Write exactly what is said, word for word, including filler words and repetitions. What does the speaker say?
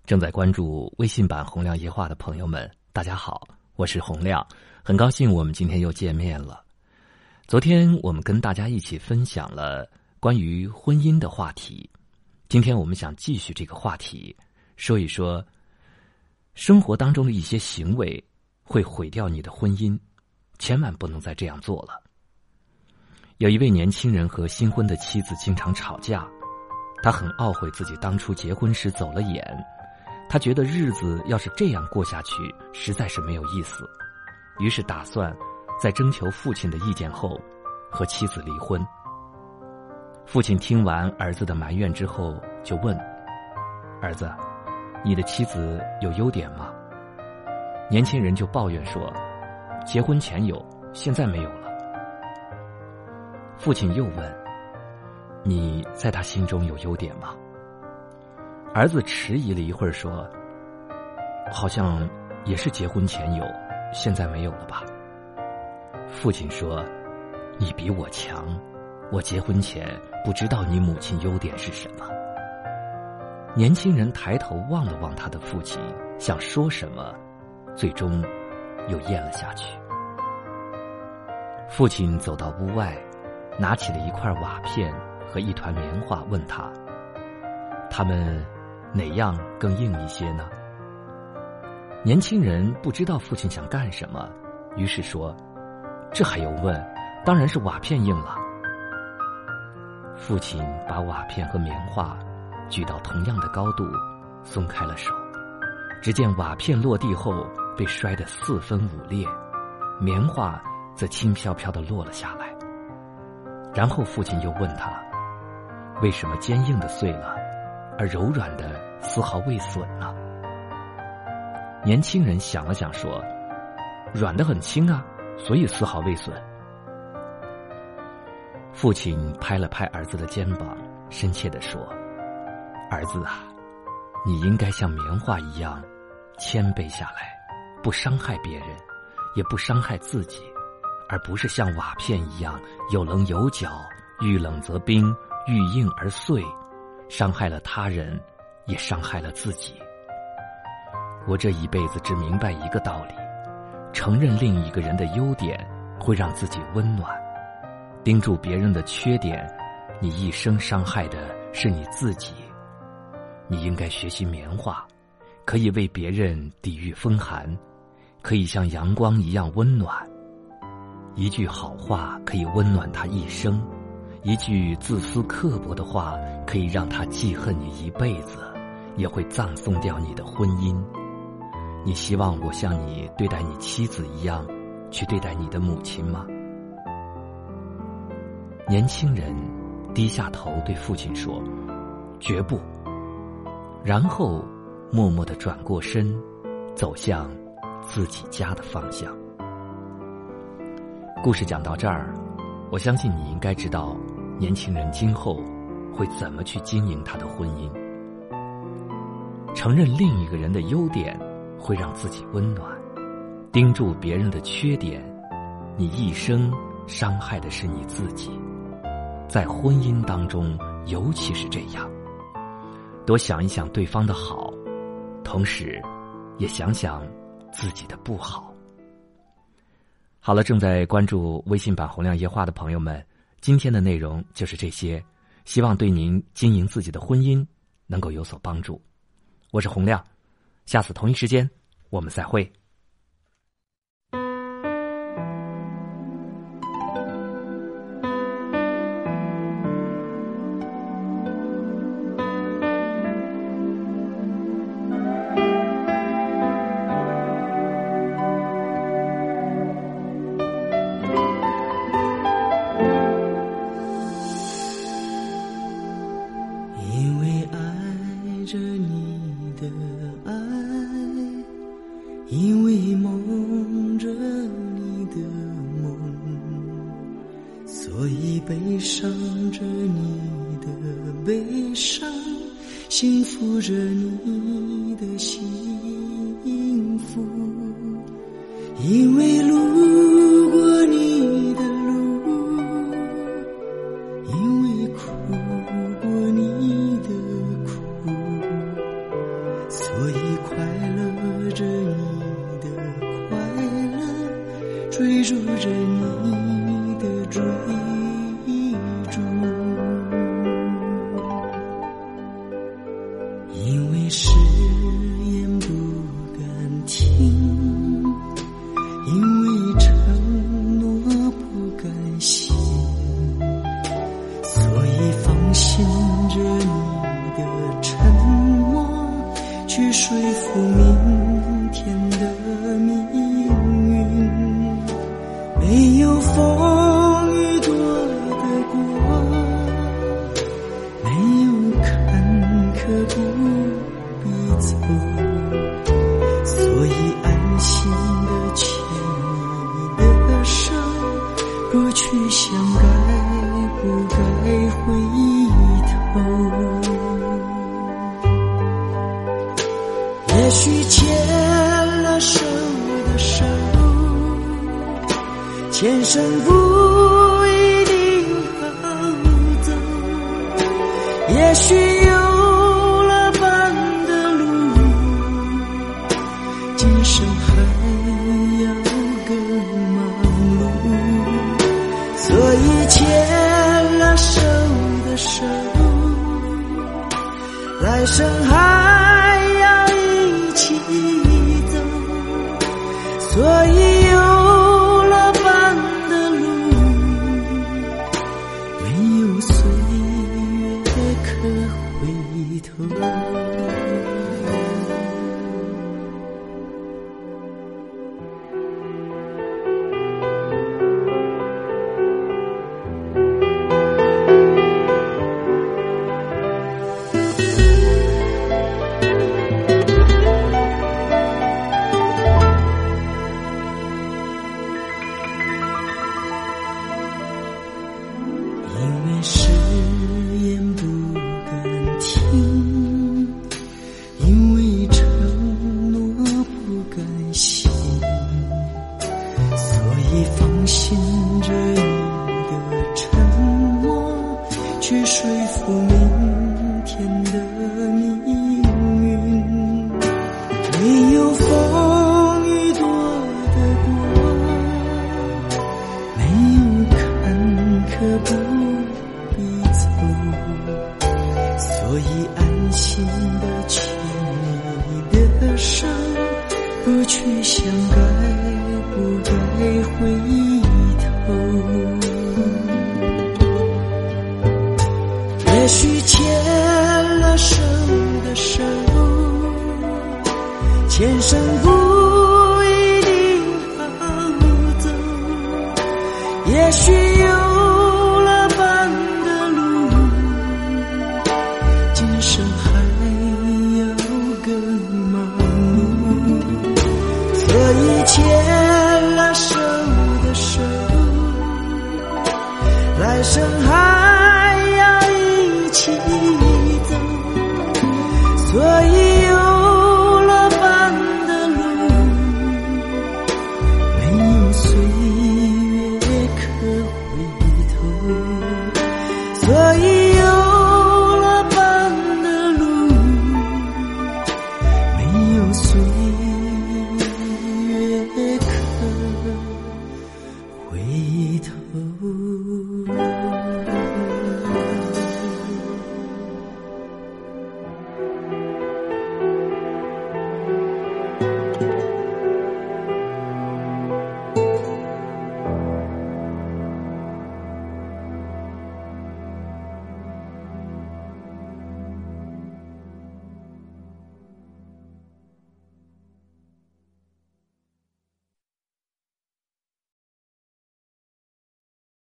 正在关注微信版洪亮夜话的朋友们，大家好，我是洪亮，很高兴我们今天又见面了。昨天我们跟大家一起分享了关于婚姻的话题，今天我们想继续这个话题，说一说生活当中的一些行为会毁掉你的婚姻，千万不能再这样做了。有一位年轻人和新婚的妻子经常吵架，他很懊悔自己当初结婚时走了眼，他觉得日子要是这样过下去实在是没有意思，于是打算在征求父亲的意见后和妻子离婚。父亲听完儿子的埋怨之后就问：儿子，你的妻子有优点吗？年轻人就抱怨说：结婚前有，现在没有了。父亲又问：你在他心中有优点吗？儿子迟疑了一会儿说：好像也是结婚前有，现在没有了吧。父亲说：你比我强，我结婚前不知道你母亲优点是什么。年轻人抬头望了望他的父亲，想说什么，最终又咽了下去。父亲走到屋外，拿起了一块瓦片和一团棉花，问他：他们哪样更硬一些呢？年轻人不知道父亲想干什么，于是说：这还用问，当然是瓦片硬了。父亲把瓦片和棉花举到同样的高度，松开了手，只见瓦片落地后被摔得四分五裂，棉花则轻飘飘地落了下来。然后父亲又问他：为什么坚硬的碎了，而柔软的丝毫未损呢？年轻人想了想说：软的很轻啊，所以丝毫未损。父亲拍了拍儿子的肩膀，深切地说：儿子啊，你应该像棉花一样谦卑下来，不伤害别人，也不伤害自己，而不是像瓦片一样有棱有角，遇冷则冰，遇硬而碎，伤害了他人，也伤害了自己。我这一辈子只明白一个道理：承认另一个人的优点会让自己温暖，盯住别人的缺点，你一生伤害的是你自己。你应该学习棉花，可以为别人抵御风寒，可以像阳光一样温暖。一句好话可以温暖他一生，一句自私刻薄的话可以让他记恨你一辈子，也会葬送掉你的婚姻。你希望我像你对待你妻子一样去对待你的母亲吗？年轻人低下头对父亲说：绝不。然后默默地转过身，走向自己家的方向。故事讲到这儿，我相信你应该知道年轻人今后会怎么去经营他的婚姻。承认另一个人的优点会让自己温暖，盯住别人的缺点，你一生伤害的是你自己。在婚姻当中尤其是这样，多想一想对方的好，同时也想想自己的不好。好了，正在关注微信版洪亮夜话的朋友们，今天的内容就是这些，希望对您经营自己的婚姻能够有所帮助。我是洪亮，下次同一时间我们再会。 因为爱着你的爱，因为梦着你的梦，所以悲伤着你的悲伤，幸福着你的幸福。因为路过你的路，因为苦过你的苦，所因为誓言不敢听，因为承诺不敢信，所以放心着你的沉默，去说服明天的命运。没有风雨躲得过，没有坎坷不必走，所以安心地牵你的手，不去想该不该回头。也许牵了手的手，前生不一定好走，也许有了伴的路，今生还要更忙碌。所以牵了手的手，来生还要一起走，所以有了伴的路，没有岁月可回头。因为誓言不敢听，因为承诺不敢信，所以放心着你的沉默，去说服明天的命运。没有风雨躲得过，没有坎坷不必走，所以安心地牵你的手，不去想该不该回头。也许牵了手的手，前生不一定好走，也许有了伴的路，今生还要更忙碌。所以牵了手的手，来生还要一起走，所以